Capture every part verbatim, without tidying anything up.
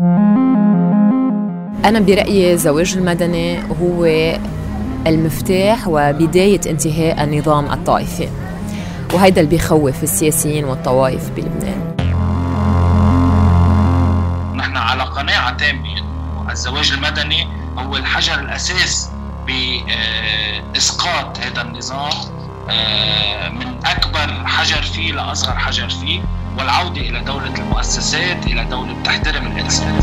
أنا برأيي الزواج المدني هو المفتاح وبداية انتهاء النظام الطائفي، وهيدا اللي بيخوف السياسيين والطوائف بلبنان. نحن على قناعة تامة أنه الزواج المدني هو الحجر الأساس بإسقاط هذا النظام من أكبر حجر فيه لأصغر حجر فيه، والعودة إلى دولة المؤسسات، إلى دولة بتحترم الإنسان.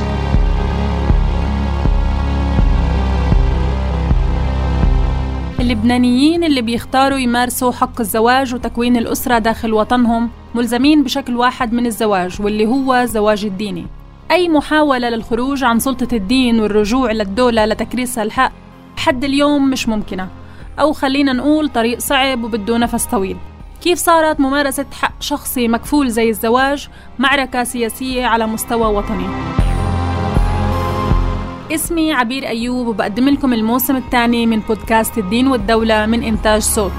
اللبنانيين اللي بيختاروا يمارسوا حق الزواج وتكوين الأسرة داخل وطنهم ملزمين بشكل واحد من الزواج، واللي هو الزواج الديني. أي محاولة للخروج عن سلطة الدين والرجوع للدولة لتكريس الحق حد اليوم مش ممكنة، أو خلينا نقول طريق صعب وبده نفس طويل. كيف صارت ممارسة حق شخصي مكفول زي الزواج معركة سياسية على مستوى وطني. اسمي عبير أيوب وبقدم لكم الموسم الثاني من بودكاست الدين والدولة من إنتاج صوت.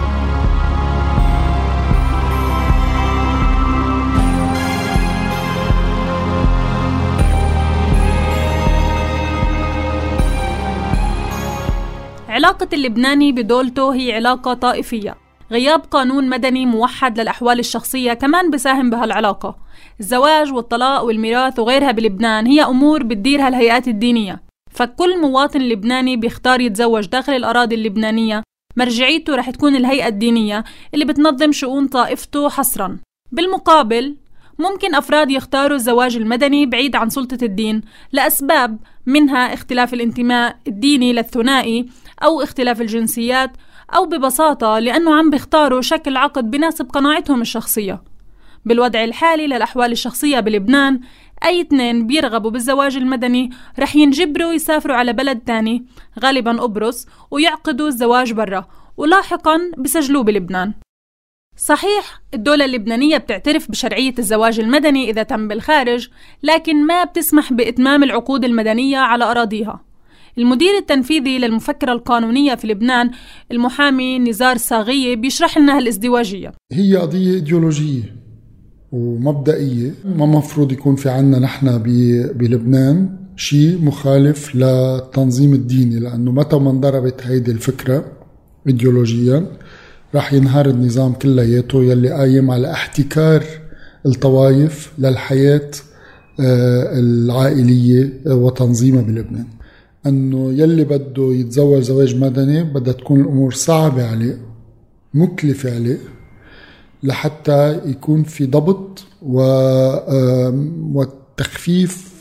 علاقة اللبناني بدولته هي علاقة طائفية. غياب قانون مدني موحد للأحوال الشخصية كمان بساهم بهالعلاقة. الزواج والطلاق والميراث وغيرها بلبنان هي أمور بتديرها الهيئات الدينية، فكل مواطن لبناني بيختار يتزوج داخل الأراضي اللبنانية مرجعيته رح تكون الهيئة الدينية اللي بتنظم شؤون طائفته حصراً. بالمقابل ممكن أفراد يختاروا الزواج المدني بعيد عن سلطة الدين لأسباب منها اختلاف الانتماء الديني للثنائي أو اختلاف الجنسيات، أو ببساطة لأنه عم بيختاروا شكل عقد بناسب قناعتهم الشخصية. بالوضع الحالي للأحوال الشخصية بلبنان، أي اثنين بيرغبوا بالزواج المدني رح ينجبروا يسافروا على بلد تاني غالباً قبرص ويعقدوا الزواج برا، ولاحقاً بسجلوه بلبنان. صحيح الدولة اللبنانية بتعترف بشرعية الزواج المدني إذا تم بالخارج، لكن ما بتسمح بإتمام العقود المدنية على أراضيها. المدير التنفيذي للمفكرة القانونية في لبنان المحامي نزار صاغية بيشرح لنا هالازدواجية. هي قضية إيديولوجية ومبدئية، ما مفروض يكون في عنا نحن بلبنان شيء مخالف للتنظيم الديني، لأنه متى ما انضربت هيدي الفكرة إيديولوجيا راح ينهار النظام كلياته يلي قايم على احتكار الطوائف للحياة العائلية وتنظيمها بلبنان. أنه يلي بده يتزوج زواج مدني بدها تكون الأمور صعبة عليه، مكلفة عليه، لحتى يكون في ضبط وتخفيف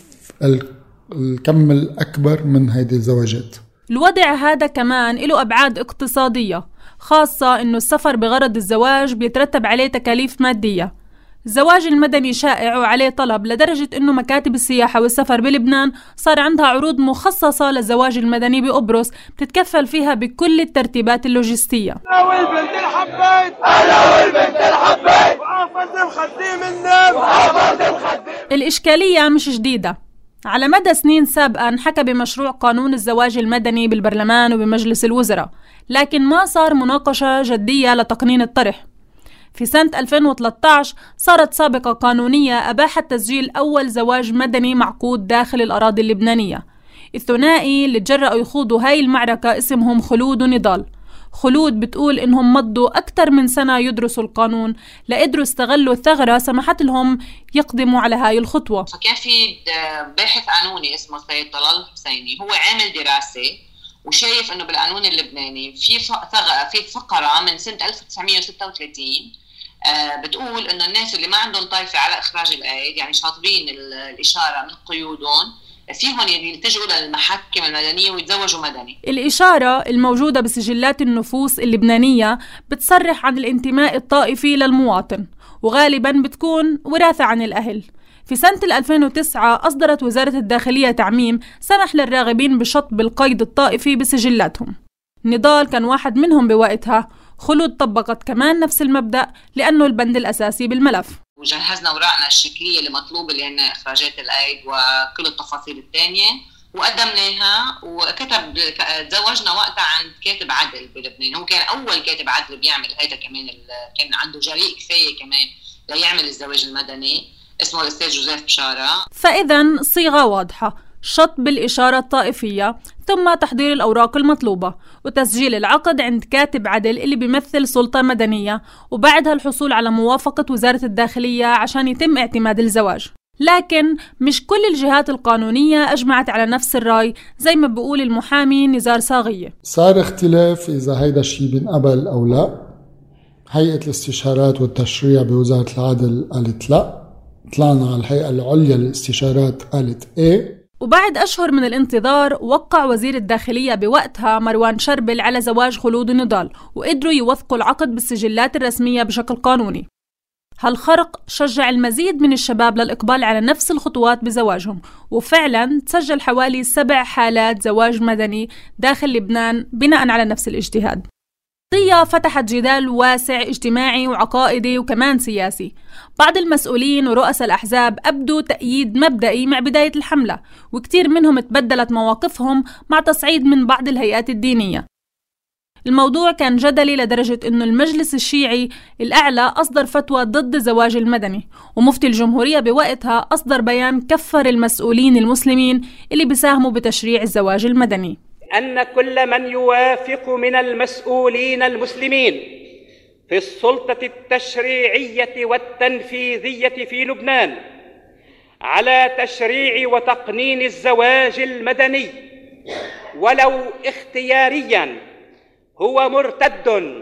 الكم الأكبر من هذه الزواجات. الوضع هذا كمان له أبعاد اقتصادية، خاصة أنه السفر بغرض الزواج بيترتب عليه تكاليف مادية. الزواج المدني شائع وعليه طلب لدرجة أنه مكاتب السياحة والسفر بلبنان صار عندها عروض مخصصة للزواج المدني بقبرص بتتكفل فيها بكل الترتيبات اللوجستية. أنا والبنت الحبيت أنا والبنت الحبيت وحافظ الخديم النام وحافظ الخديم. الإشكالية مش جديدة. على مدى سنين سابقة انحكى بمشروع قانون الزواج المدني بالبرلمان وبمجلس الوزراء، لكن ما صار مناقشة جدية لتقنين الطرح. في سنة ألفين وثلاثة عشر صارت سابقة قانونية أباحت تسجيل أول زواج مدني معقود داخل الأراضي اللبنانية. الثنائي اللي تجرأوا يخوضوا هاي المعركة اسمهم خلود ونضال. خلود بتقول إنهم مضوا أكثر من سنة يدرسوا القانون لقدروا استغلوا الثغرة سمحت لهم يقدموا على هاي الخطوة. فكان في باحث قانوني اسمه سيد طلال حسيني، هو عامل دراسة وشايف إنه بالقانون اللبناني في ثغرة في فقرة من سنة ألف وتسعمية وستة وثلاثين آه بتقول إنه الناس اللي ما عندهم طائفة على إخراج الأيد، يعني شاطبين الإشارة من قيودهم، فيهم يلتجئوا للمحاكم المدنية ويتزوجوا مدني. الإشارة الموجودة بسجلات النفوس اللبنانية بتصرح عن الانتماء الطائفي للمواطن، وغالباً بتكون وراثة عن الأهل. في سنة ألفين وتسعة أصدرت وزارة الداخلية تعميم سمح للراغبين بشطب القيد الطائفي بسجلاتهم. نضال كان واحد منهم بوقتها. خلود طبقت كمان نفس المبدأ لأنه البند الأساسي بالملف. وجهزنا أوراقنا الشكلية اللي مطلوبة اللي هن إخراجات الأيد وكل التفاصيل الثانية وقدمناها، وكتب تزوجنا وقتها عند كاتب عدل بلبنان. هو كان أول كاتب عدل بيعمل هذا، كمان كان عنده جريء كفاية كمان ليعمل الزواج المدني. اسمه الأستاذ جوزيف بشارة. فإذا صيغة واضحة: شطب الإشارة الطائفية، ثم تحضير الأوراق المطلوبة وتسجيل العقد عند كاتب عدل اللي بيمثل سلطة مدنية، وبعدها الحصول على موافقة وزارة الداخلية عشان يتم اعتماد الزواج. لكن مش كل الجهات القانونية أجمعت على نفس الرأي، زي ما بيقول المحامي نزار صاغية. صار اختلاف إذا هيدا الشيء بنقبل أو لا. هيئة الاستشارات والتشريع بوزارة العدل قالت لا، طلعنا على الهيئة العليا للاستشارات قالت ايه. وبعد أشهر من الانتظار وقع وزير الداخلية بوقتها مروان شربل على زواج خلود نضال، وقدروا يوثقوا العقد بالسجلات الرسمية بشكل قانوني. هالخرق شجع المزيد من الشباب للإقبال على نفس الخطوات بزواجهم، وفعلا تسجل حوالي سبع حالات زواج مدني داخل لبنان بناء على نفس الاجتهاد. قضية فتحت جدال واسع اجتماعي وعقائدي وكمان سياسي. بعض المسؤولين ورؤساء الأحزاب أبدوا تأييد مبدئي مع بداية الحملة، وكتير منهم تبدلت مواقفهم مع تصعيد من بعض الهيئات الدينية. الموضوع كان جدلي لدرجة أنه المجلس الشيعي الأعلى أصدر فتوى ضد الزواج المدني، ومفتي الجمهورية بوقتها أصدر بيان كفر المسؤولين المسلمين اللي بيساهموا بتشريع الزواج المدني. أن كل من يوافق من المسؤولين المسلمين في السلطة التشريعية والتنفيذية في لبنان على تشريع وتقنين الزواج المدني ولو اختياريا هو مرتد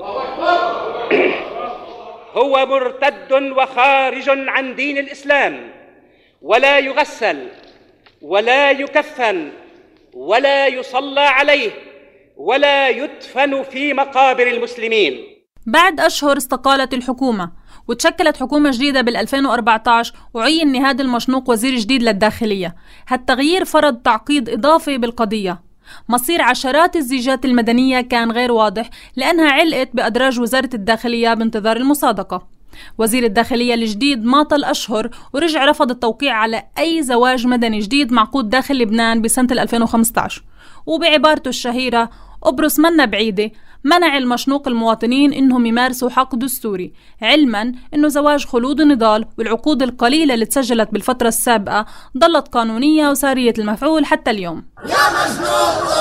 هو مرتد وخارج عن دين الإسلام، ولا يغسل ولا يكفن ولا يصلى عليه ولا يدفن في مقابر المسلمين. بعد أشهر استقالت الحكومة وتشكلت حكومة جديدة بالألفين وأربعة عشر، وعين نهاد المشنوق وزير جديد للداخلية. هالتغيير فرض تعقيد إضافي بالقضية. مصير عشرات الزيجات المدنية كان غير واضح لأنها علقت بأدراج وزارة الداخلية بانتظار المصادقة. وزير الداخلية الجديد ماطل أشهر ورجع رفض التوقيع على أي زواج مدني جديد معقود داخل لبنان بسنة ألفين وخمسة عشر، وبعبارته الشهيرة قبرص منا بعيدة منع المشنوق المواطنين إنهم يمارسوا حق دستوري، علما إنه زواج خلود نضال والعقود القليلة اللي تسجلت بالفترة السابقة ضلت قانونية وسارية المفعول حتى اليوم. يا مشنوق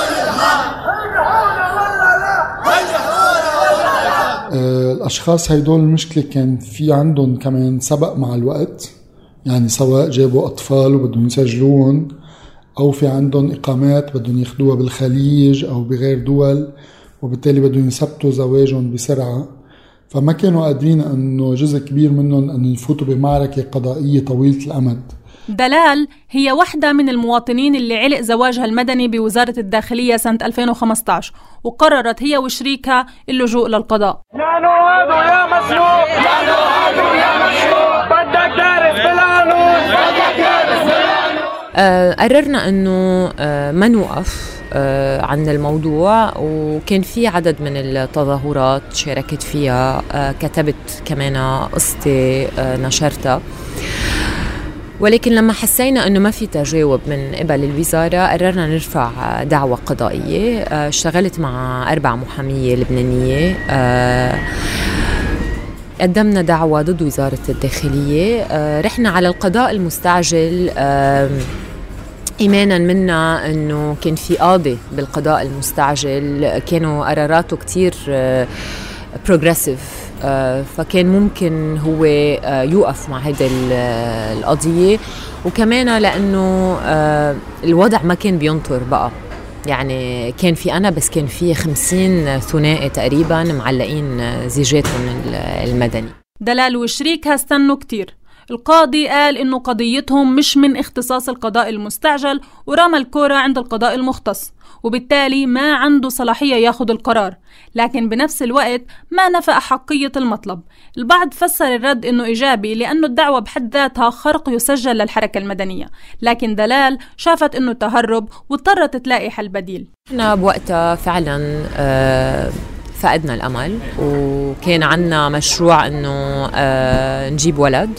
الأشخاص هيدول المشكلة كان في عندهم كمان سبق مع الوقت، يعني سواء جابوا أطفال وبدهم يسجلون، أو في عندهم إقامات بدهم ياخدوها بالخليج أو بغير دول، وبالتالي بدهم يثبتوا زواجهم بسرعة. فما كانوا قادرين أنه جزء كبير منهم أن يفوتوا بمعركة قضائية طويلة الأمد. دلال هي واحدة من المواطنين اللي علق زواجها المدني بوزارة الداخلية سنة ألفين وخمسة عشر، وقررت هي وشريكها اللجوء للقضاء. يا نواب ويا مسلوق، يا نواب ويا مسلوق، بدك دارس بالقانون، بدك دارس بالقانون. آه قررنا إنه آه ما نوقف آه عن الموضوع، وكان في عدد من التظاهرات شاركت فيها، آه كتبت كمان قصتي، آه نشرتها. ولكن لما حسينا أنه ما في تجاوب من قبل الوزارة قررنا نرفع دعوة قضائية. اشتغلت مع أربع محامية لبنانية، قدمنا دعوة ضد وزارة الداخلية. رحنا على القضاء المستعجل إيمانا منا أنه كان في قاضي بالقضاء المستعجل كانوا قراراته كتير بروغريسيف، فكان ممكن هو يوقف مع هيدا القضية. وكمان لأنه الوضع ما كان بينطر بقى، يعني كان في أنا بس كان في خمسين ثنائي تقريبا معلقين زيجاتهم المدني. دلال وشريكها استنوا كتير. القاضي قال إنه قضيتهم مش من اختصاص القضاء المستعجل، ورمى الكرة عند القضاء المختص، وبالتالي ما عنده صلاحية ياخد القرار. لكن بنفس الوقت ما نفى أحقية المطلب. البعض فسر الرد إنه إيجابي لأنه الدعوة بحد ذاتها خرق يسجل للحركة المدنية، لكن دلال شافت إنه تهرب واضطرت تلاقي حل بديل. احنا بوقتها فعلا آه فقدنا الأمل، وكان عنا مشروع إنه آه نجيب ولد.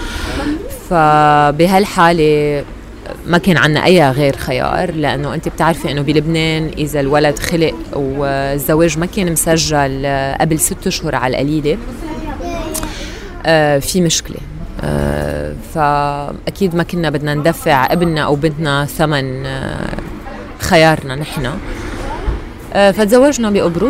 فبهالحالة ما كان عنا أي غير خيار، لأنه أنت بتعرفي أنه بلبنان إذا الولد خلق والزواج ما كان مسجل قبل ست أشهر على القليلة، آه في مشكلة. فأكيد ما كنا بدنا ندفع ابننا أو بنتنا ثمن خيارنا نحن. فتزوجنا بقبرص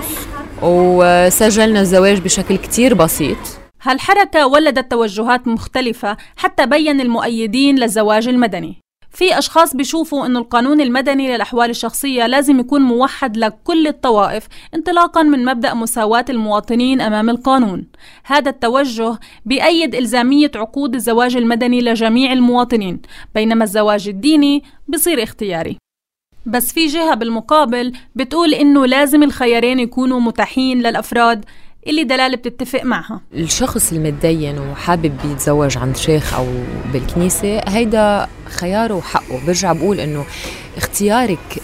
وسجلنا الزواج بشكل كتير بسيط. هالحركة ولدت توجهات مختلفة حتى بين المؤيدين للزواج المدني. في أشخاص بيشوفوا إنه القانون المدني للأحوال الشخصية لازم يكون موحد لكل الطوائف انطلاقاً من مبدأ مساواة المواطنين أمام القانون. هذا التوجه بيأيد إلزامية عقود الزواج المدني لجميع المواطنين، بينما الزواج الديني بيصير اختياري. بس في جهة بالمقابل بتقول إنه لازم الخيارين يكونوا متاحين للأفراد اللي دلالة بتتفق معها. الشخص المتدين وحابب يتزوج عند شيخ أو بالكنيسة هيدا خياره وحقه. برجع بقول إنه اختيارك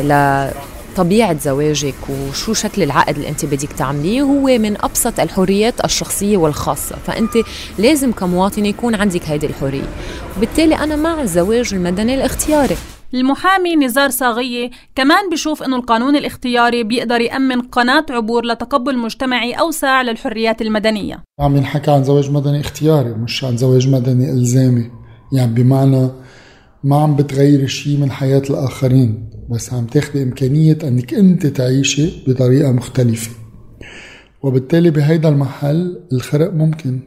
لطبيعة زواجك وشو شكل العقد اللي أنت بدك تعمليه هو من أبسط الحريات الشخصية والخاصة، فأنت لازم كمواطن يكون عندك هيدي الحرية، وبالتالي أنا مع الزواج المدني الاختياري. المحامي نزار صاغية كمان بيشوف إنه القانون الاختياري بيقدر يأمن قناة عبور لتقبل مجتمعي أوسع للحريات المدنية. عم ينحكى عن زواج مدني اختياري مش عن زواج مدني إلزامي، يعني بمعنى ما عم بتغير شيء من حياة الآخرين، بس عم تاخد إمكانية أنك أنت تعيشي بطريقة مختلفة، وبالتالي بهيدا المحل الخرق ممكن.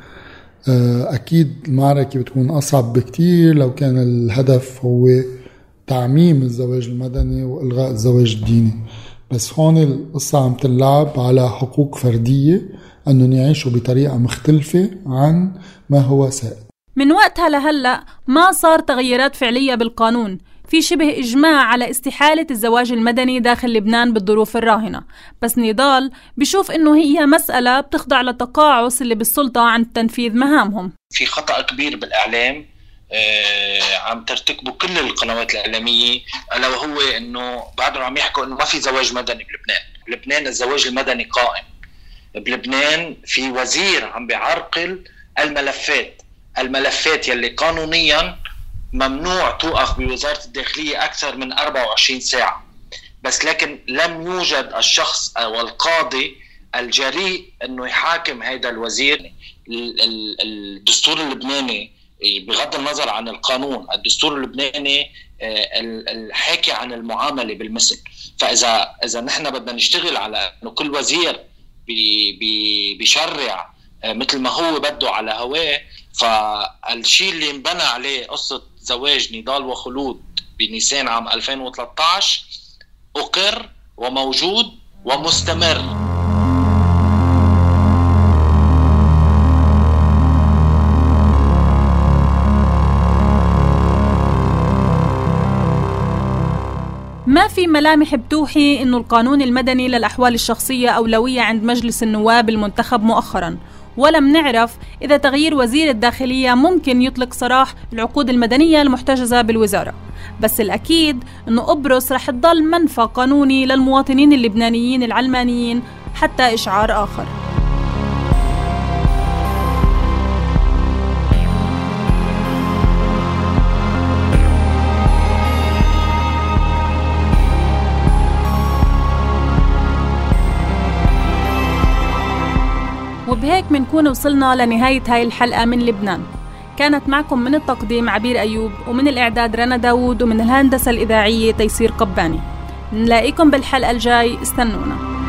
أكيد المعركة بتكون أصعب بكتير لو كان الهدف هو تعميم الزواج المدني وإلغاء الزواج الديني، بس هون القصة عم تلعب على حقوق فردية أنه نعيشوا بطريقة مختلفة عن ما هو سائد. من وقتها لهلأ ما صار تغييرات فعلية بالقانون. في شبه إجماع على استحالة الزواج المدني داخل لبنان بالظروف الراهنة، بس نضال بيشوف إنه هي مسألة بتخضع لتقاعس اللي بالسلطة عن تنفيذ مهامهم. في خطأ كبير بالإعلام آه عم ترتكبه كل القنوات الإعلامية، ألا وهو إنه بعدهم عم يحكوا إنه ما في زواج مدني بلبنان. بلبنان الزواج المدني قائم. بلبنان في وزير عم بيعرقل الملفات الملفات يلي قانونياً ممنوع توقف بوزارة الداخلية أكثر من أربعة وعشرين ساعة، بس لكن لم يوجد الشخص أو القاضي الجريء أنه يحاكم هذا الوزير. الدستور اللبناني بغض النظر عن القانون، الدستور اللبناني الحاكي عن المعاملة بالمثل. فإذا إذا نحن بدنا نشتغل على أنه كل وزير بيشرع مثل ما هو بده على هواه، فالشيء اللي انبنى عليه قصة زواج نضال وخلود بنيسان عام ألفين وثلاثة عشر أقر وموجود ومستمر. ما في ملامح بتوحي إنه القانون المدني للأحوال الشخصية أولوية عند مجلس النواب المنتخب مؤخراً، ولم نعرف إذا تغيير وزير الداخلية ممكن يطلق سراح العقود المدنية المحتجزة بالوزارة. بس الأكيد أنه قبرص رح تضل منفى قانوني للمواطنين اللبنانيين العلمانيين حتى إشعار آخر. وبهيك منكون وصلنا لنهاية هاي الحلقة من لبنان. كانت معكم من التقديم عبير أيوب، ومن الإعداد رنا داود، ومن الهندسة الإذاعية تيسير قباني. نلاقيكم بالحلقة الجاي، استنونا.